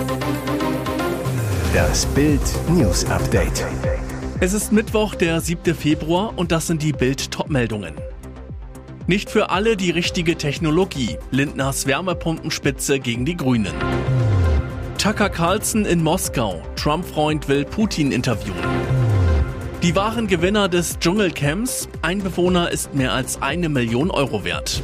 Das Bild News Update. Es ist Mittwoch, der 7. Februar und das sind die Bild-Top-Meldungen. Nicht für alle die richtige Technologie. Lindners Wärmepumpenspitze gegen die Grünen. Tucker Carlson in Moskau. Trump-Freund will Putin interviewen. Die wahren Gewinner des Dschungelcamps. Ein Bewohner ist mehr als 1 Million Euro wert.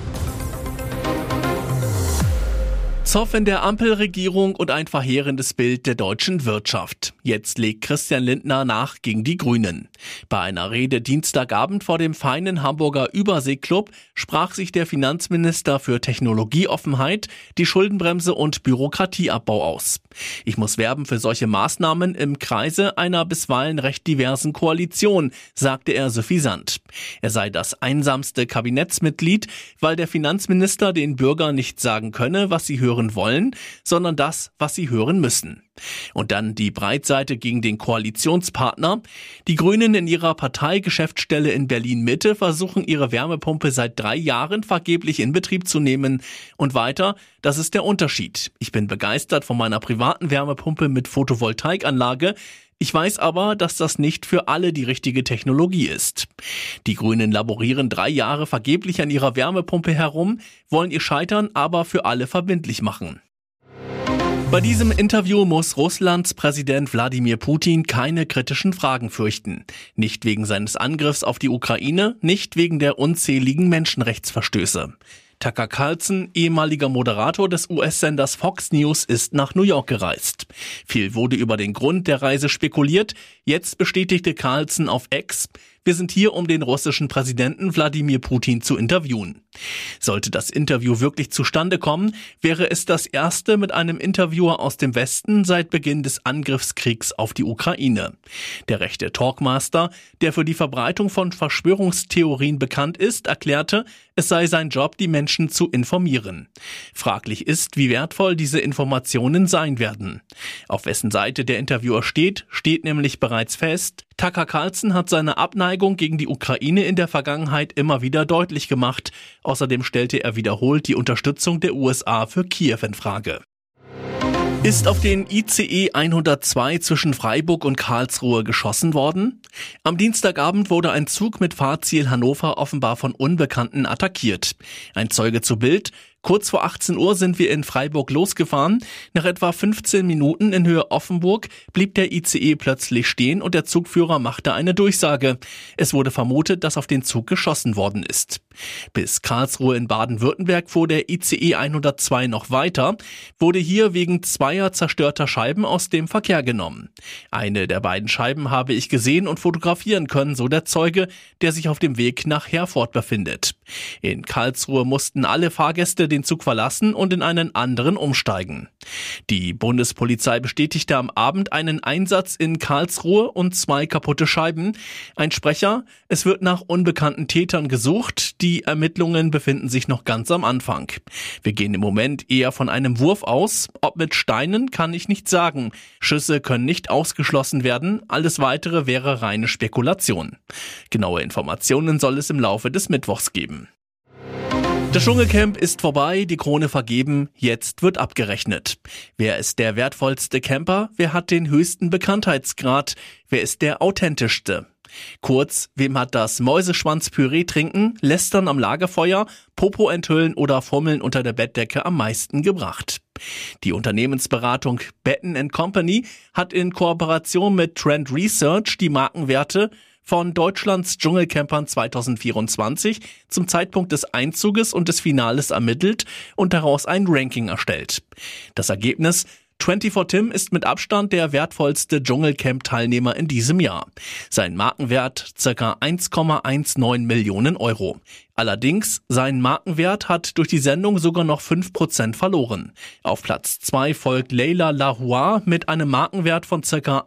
Zoff in der Ampelregierung und ein verheerendes Bild der deutschen Wirtschaft. Jetzt legt Christian Lindner nach gegen die Grünen. Bei einer Rede Dienstagabend vor dem feinen Hamburger Überseeklub sprach sich der Finanzminister für Technologieoffenheit, die Schuldenbremse und Bürokratieabbau aus. Ich muss werben für solche Maßnahmen im Kreise einer bisweilen recht diversen Koalition, sagte er suffisant. Er sei das einsamste Kabinettsmitglied, weil der Finanzminister den Bürgern nicht sagen könne, was sie hören wollen, sondern das, was sie hören müssen. Und dann die Breitseite gegen den Koalitionspartner. Die Grünen in ihrer Parteigeschäftsstelle in Berlin-Mitte versuchen ihre Wärmepumpe seit 3 Jahren vergeblich in Betrieb zu nehmen. Und weiter, das ist der Unterschied. Ich bin begeistert von meiner privaten Wärmepumpe mit Photovoltaikanlage. Ich weiß aber, dass das nicht für alle die richtige Technologie ist. Die Grünen laborieren 3 Jahre vergeblich an ihrer Wärmepumpe herum, wollen ihr Scheitern aber für alle verbindlich machen. Bei diesem Interview muss Russlands Präsident Wladimir Putin keine kritischen Fragen fürchten. Nicht wegen seines Angriffs auf die Ukraine, nicht wegen der unzähligen Menschenrechtsverstöße. Tucker Carlson, ehemaliger Moderator des US-Senders Fox News, ist nach New York gereist. Viel wurde über den Grund der Reise spekuliert. Jetzt bestätigte Carlson auf X: Wir sind hier, um den russischen Präsidenten Wladimir Putin zu interviewen. Sollte das Interview wirklich zustande kommen, wäre es das erste mit einem Interviewer aus dem Westen seit Beginn des Angriffskriegs auf die Ukraine. Der rechte Talkmaster, der für die Verbreitung von Verschwörungstheorien bekannt ist, erklärte, es sei sein Job, die Menschen zu informieren. Fraglich ist, wie wertvoll diese Informationen sein werden. Auf wessen Seite der Interviewer steht nämlich bereits fest: Tucker Carlson hat seine Abneigung gegen die Ukraine in der Vergangenheit immer wieder deutlich gemacht. Außerdem stellte er wiederholt die Unterstützung der USA für Kiew in Frage. Ist auf den ICE 102 zwischen Freiburg und Karlsruhe geschossen worden? Am Dienstagabend wurde ein Zug mit Fahrziel Hannover offenbar von Unbekannten attackiert. Ein Zeuge zu Bild: Kurz vor 18 Uhr sind wir in Freiburg losgefahren. Nach etwa 15 Minuten in Höhe Offenburg blieb der ICE plötzlich stehen und der Zugführer machte eine Durchsage. Es wurde vermutet, dass auf den Zug geschossen worden ist. Bis Karlsruhe in Baden-Württemberg fuhr der ICE 102 noch weiter, wurde hier wegen 2 zerstörter Scheiben aus dem Verkehr genommen. Eine der beiden Scheiben habe ich gesehen und fotografieren können, so der Zeuge, der sich auf dem Weg nach Herford befindet. In Karlsruhe mussten alle Fahrgäste den Zug verlassen und in einen anderen umsteigen. Die Bundespolizei bestätigte am Abend einen Einsatz in Karlsruhe und 2 kaputte Scheiben. Ein Sprecher: Es wird nach unbekannten Tätern gesucht. Die Ermittlungen befinden sich noch ganz am Anfang. Wir gehen im Moment eher von einem Wurf aus. Ob mit Steinen, kann ich nicht sagen. Schüsse können nicht ausgeschlossen werden. Alles Weitere wäre reine Spekulation. Genaue Informationen soll es im Laufe des Mittwochs geben. Das Dschungelcamp ist vorbei, die Krone vergeben, jetzt wird abgerechnet. Wer ist der wertvollste Camper? Wer hat den höchsten Bekanntheitsgrad? Wer ist der authentischste? Kurz, wem hat das Mäuseschwanzpüree trinken, Lästern am Lagerfeuer, Popo enthüllen oder Fummeln unter der Bettdecke am meisten gebracht? Die Unternehmensberatung Betten & Company hat in Kooperation mit Trend Research die Markenwerte von Deutschlands Dschungelcampern 2024 zum Zeitpunkt des Einzuges und des Finales ermittelt und daraus ein Ranking erstellt. Das Ergebnis: 24 Tim ist mit Abstand der wertvollste Dschungelcamp-Teilnehmer in diesem Jahr. Sein Markenwert ca. 1,19 Millionen Euro. Allerdings, sein Markenwert hat durch die Sendung sogar noch 5% verloren. Auf Platz 2 folgt Leila Lahua mit einem Markenwert von ca.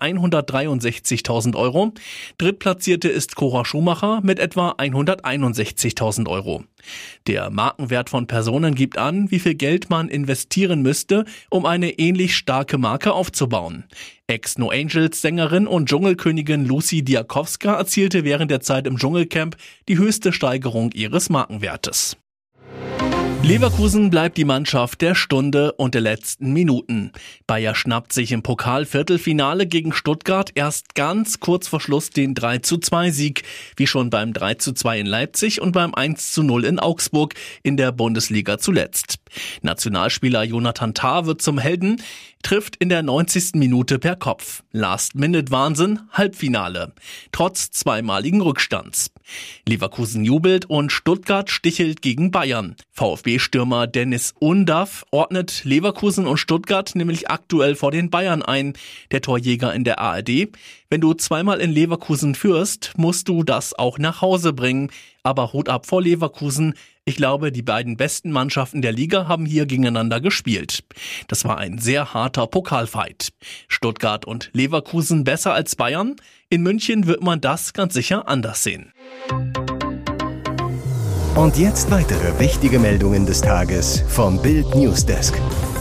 163.000 Euro. Drittplatzierte ist Cora Schumacher mit etwa 161.000 Euro. Der Markenwert von Personen gibt an, wie viel Geld man investieren müsste, um eine ähnlich starke Marke aufzubauen. Ex-No Angels Sängerin und Dschungelkönigin Lucy Diakowska erzielte während der Zeit im Dschungelcamp die höchste Steigerung ihres Markenwertes. Leverkusen bleibt die Mannschaft der Stunde und der letzten Minuten. Bayer schnappt sich im Pokal-Viertelfinale gegen Stuttgart erst ganz kurz vor Schluss den 3:2-Sieg, wie schon beim 3:2 in Leipzig und beim 1:0 in Augsburg in der Bundesliga zuletzt. Nationalspieler Jonathan Tah wird zum Helden, trifft in der 90. Minute per Kopf. Last-Minute-Wahnsinn, Halbfinale. Trotz zweimaligen Rückstands. Leverkusen jubelt und Stuttgart stichelt gegen Bayern. VfB-Stürmer Dennis Undav ordnet Leverkusen und Stuttgart nämlich aktuell vor den Bayern ein. Der Torjäger in der ARD. Wenn du zweimal in Leverkusen führst, musst du das auch nach Hause bringen. Aber Hut ab vor Leverkusen. Ich glaube, die beiden besten Mannschaften der Liga haben hier gegeneinander gespielt. Das war ein sehr harter Pokalfight. Stuttgart und Leverkusen besser als Bayern? In München wird man das ganz sicher anders sehen. Und jetzt weitere wichtige Meldungen des Tages vom Bild Newsdesk.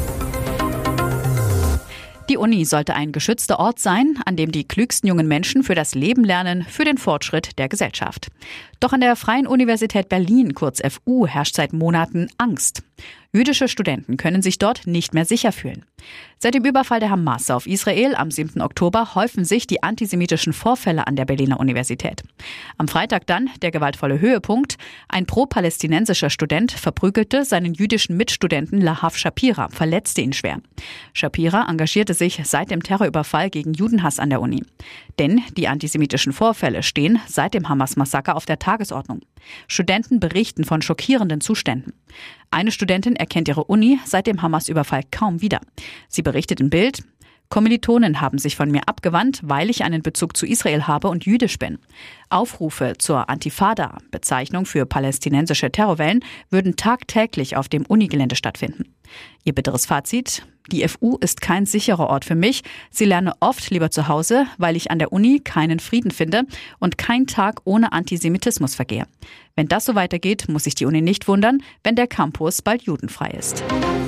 Die Uni sollte ein geschützter Ort sein, an dem die klügsten jungen Menschen für das Leben lernen, für den Fortschritt der Gesellschaft. Doch an der Freien Universität Berlin, kurz FU, herrscht seit Monaten Angst. Jüdische Studenten können sich dort nicht mehr sicher fühlen. Seit dem Überfall der Hamas auf Israel am 7. Oktober häufen sich die antisemitischen Vorfälle an der Berliner Universität. Am Freitag dann der gewaltvolle Höhepunkt. Ein pro-palästinensischer Student verprügelte seinen jüdischen Mitstudenten Lahav Shapira, verletzte ihn schwer. Shapira engagierte sich seit dem Terrorüberfall gegen Judenhass an der Uni. Denn die antisemitischen Vorfälle stehen seit dem Hamas-Massaker auf der Tagesordnung. Studenten berichten von schockierenden Zuständen. Eine Studentin erkennt ihre Uni seit dem Hamas-Überfall kaum wieder. Sie berichtet in Bild: Kommilitonen haben sich von mir abgewandt, weil ich einen Bezug zu Israel habe und jüdisch bin. Aufrufe zur Antifada, Bezeichnung für palästinensische Terrorwellen, würden tagtäglich auf dem Unigelände stattfinden. Ihr bitteres Fazit: Die FU ist kein sicherer Ort für mich. Sie lerne oft lieber zu Hause, weil ich an der Uni keinen Frieden finde und kein Tag ohne Antisemitismus vergehe. Wenn das so weitergeht, muss sich die Uni nicht wundern, wenn der Campus bald judenfrei ist.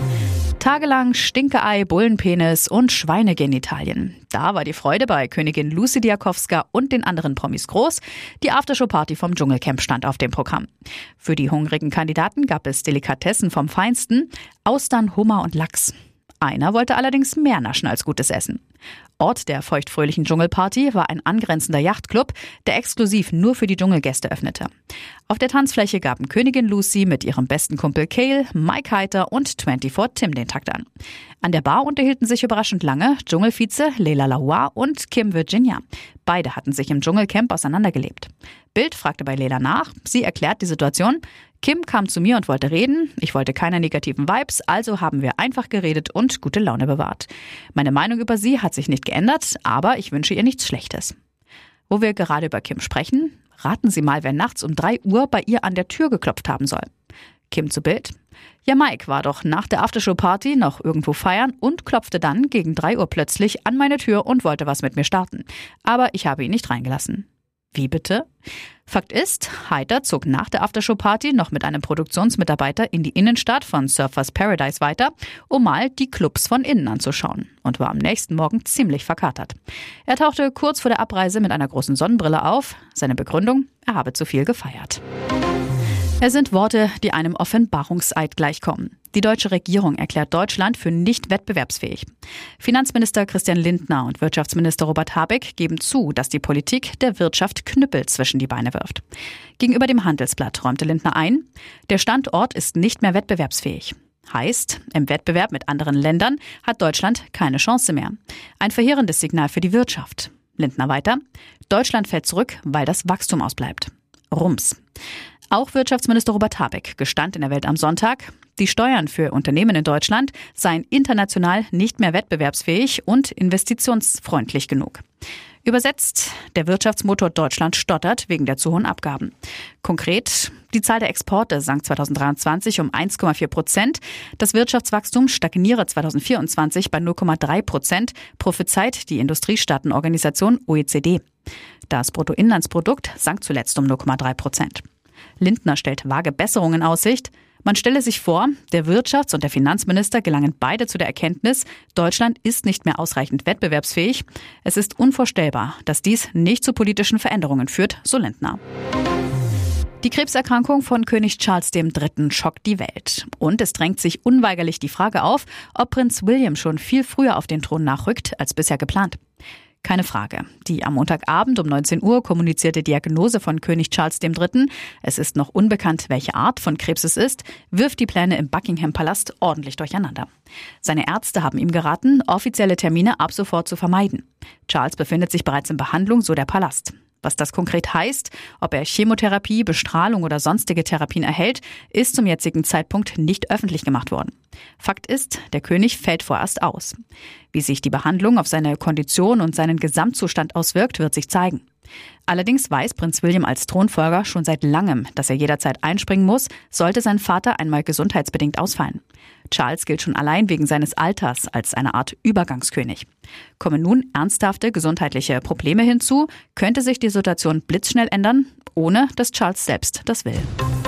Tagelang Stinkeei, Bullenpenis und Schweinegenitalien. Da war die Freude bei Königin Lucy Diakowska und den anderen Promis groß. Die Aftershow-Party vom Dschungelcamp stand auf dem Programm. Für die hungrigen Kandidaten gab es Delikatessen vom Feinsten: Austern, Hummer und Lachs. Einer wollte allerdings mehr naschen als gutes Essen. Ort der feuchtfröhlichen Dschungelparty war ein angrenzender Yachtclub, der exklusiv nur für die Dschungelgäste öffnete. Auf der Tanzfläche gaben Königin Lucy mit ihrem besten Kumpel Cale, Mike Heiter und 24 Tim den Takt an. An der Bar unterhielten sich überraschend lange Dschungelvize Leila Lawar und Kim Virginia. Beide hatten sich im Dschungelcamp auseinandergelebt. Bild fragte bei Leila nach, sie erklärt die Situation: Kim kam zu mir und wollte reden, ich wollte keine negativen Vibes, also haben wir einfach geredet und gute Laune bewahrt. Meine Meinung über sie hat sich nicht geändert, aber ich wünsche ihr nichts Schlechtes. Wo wir gerade über Kim sprechen, raten Sie mal, wer nachts um 3 Uhr bei ihr an der Tür geklopft haben soll. Kim zu Bild: Ja, Mike war doch nach der Aftershow-Party noch irgendwo feiern und klopfte dann gegen 3 Uhr plötzlich an meine Tür und wollte was mit mir starten. Aber ich habe ihn nicht reingelassen. Wie bitte? Fakt ist, Heiter zog nach der Aftershow-Party noch mit einem Produktionsmitarbeiter in die Innenstadt von Surfers Paradise weiter, um mal die Clubs von innen anzuschauen, und war am nächsten Morgen ziemlich verkatert. Er tauchte kurz vor der Abreise mit einer großen Sonnenbrille auf. Seine Begründung: Er habe zu viel gefeiert. Es sind Worte, die einem Offenbarungseid gleichkommen. Die deutsche Regierung erklärt Deutschland für nicht wettbewerbsfähig. Finanzminister Christian Lindner und Wirtschaftsminister Robert Habeck geben zu, dass die Politik der Wirtschaft Knüppel zwischen die Beine wirft. Gegenüber dem Handelsblatt räumte Lindner ein: Der Standort ist nicht mehr wettbewerbsfähig. Heißt, im Wettbewerb mit anderen Ländern hat Deutschland keine Chance mehr. Ein verheerendes Signal für die Wirtschaft. Lindner weiter: Deutschland fällt zurück, weil das Wachstum ausbleibt. Rums. Auch Wirtschaftsminister Robert Habeck gestand in der Welt am Sonntag, die Steuern für Unternehmen in Deutschland seien international nicht mehr wettbewerbsfähig und investitionsfreundlich genug. Übersetzt: Der Wirtschaftsmotor Deutschland stottert wegen der zu hohen Abgaben. Konkret: Die Zahl der Exporte sank 2023 um 1,4%. Das Wirtschaftswachstum stagniere 2024 bei 0,3%, prophezeit die Industriestaatenorganisation OECD. Das Bruttoinlandsprodukt sank zuletzt um 0,3%. Lindner stellt vage Besserungen in Aussicht. Man stelle sich vor, der Wirtschafts- und der Finanzminister gelangen beide zu der Erkenntnis, Deutschland ist nicht mehr ausreichend wettbewerbsfähig. Es ist unvorstellbar, dass dies nicht zu politischen Veränderungen führt, so Lindner. Die Krebserkrankung von König Charles III. Schockt die Welt. Und es drängt sich unweigerlich die Frage auf, ob Prinz William schon viel früher auf den Thron nachrückt als bisher geplant. Keine Frage. Die am Montagabend um 19 Uhr kommunizierte Diagnose von König Charles III., es ist noch unbekannt, welche Art von Krebs es ist, wirft die Pläne im Buckingham-Palast ordentlich durcheinander. Seine Ärzte haben ihm geraten, offizielle Termine ab sofort zu vermeiden. Charles befindet sich bereits in Behandlung, so der Palast. Was das konkret heißt, ob er Chemotherapie, Bestrahlung oder sonstige Therapien erhält, ist zum jetzigen Zeitpunkt nicht öffentlich gemacht worden. Fakt ist, der König fällt vorerst aus. Wie sich die Behandlung auf seine Kondition und seinen Gesamtzustand auswirkt, wird sich zeigen. Allerdings weiß Prinz William als Thronfolger schon seit langem, dass er jederzeit einspringen muss, sollte sein Vater einmal gesundheitsbedingt ausfallen. Charles gilt schon allein wegen seines Alters als eine Art Übergangskönig. Kommen nun ernsthafte gesundheitliche Probleme hinzu, könnte sich die Situation blitzschnell ändern, ohne dass Charles selbst das will.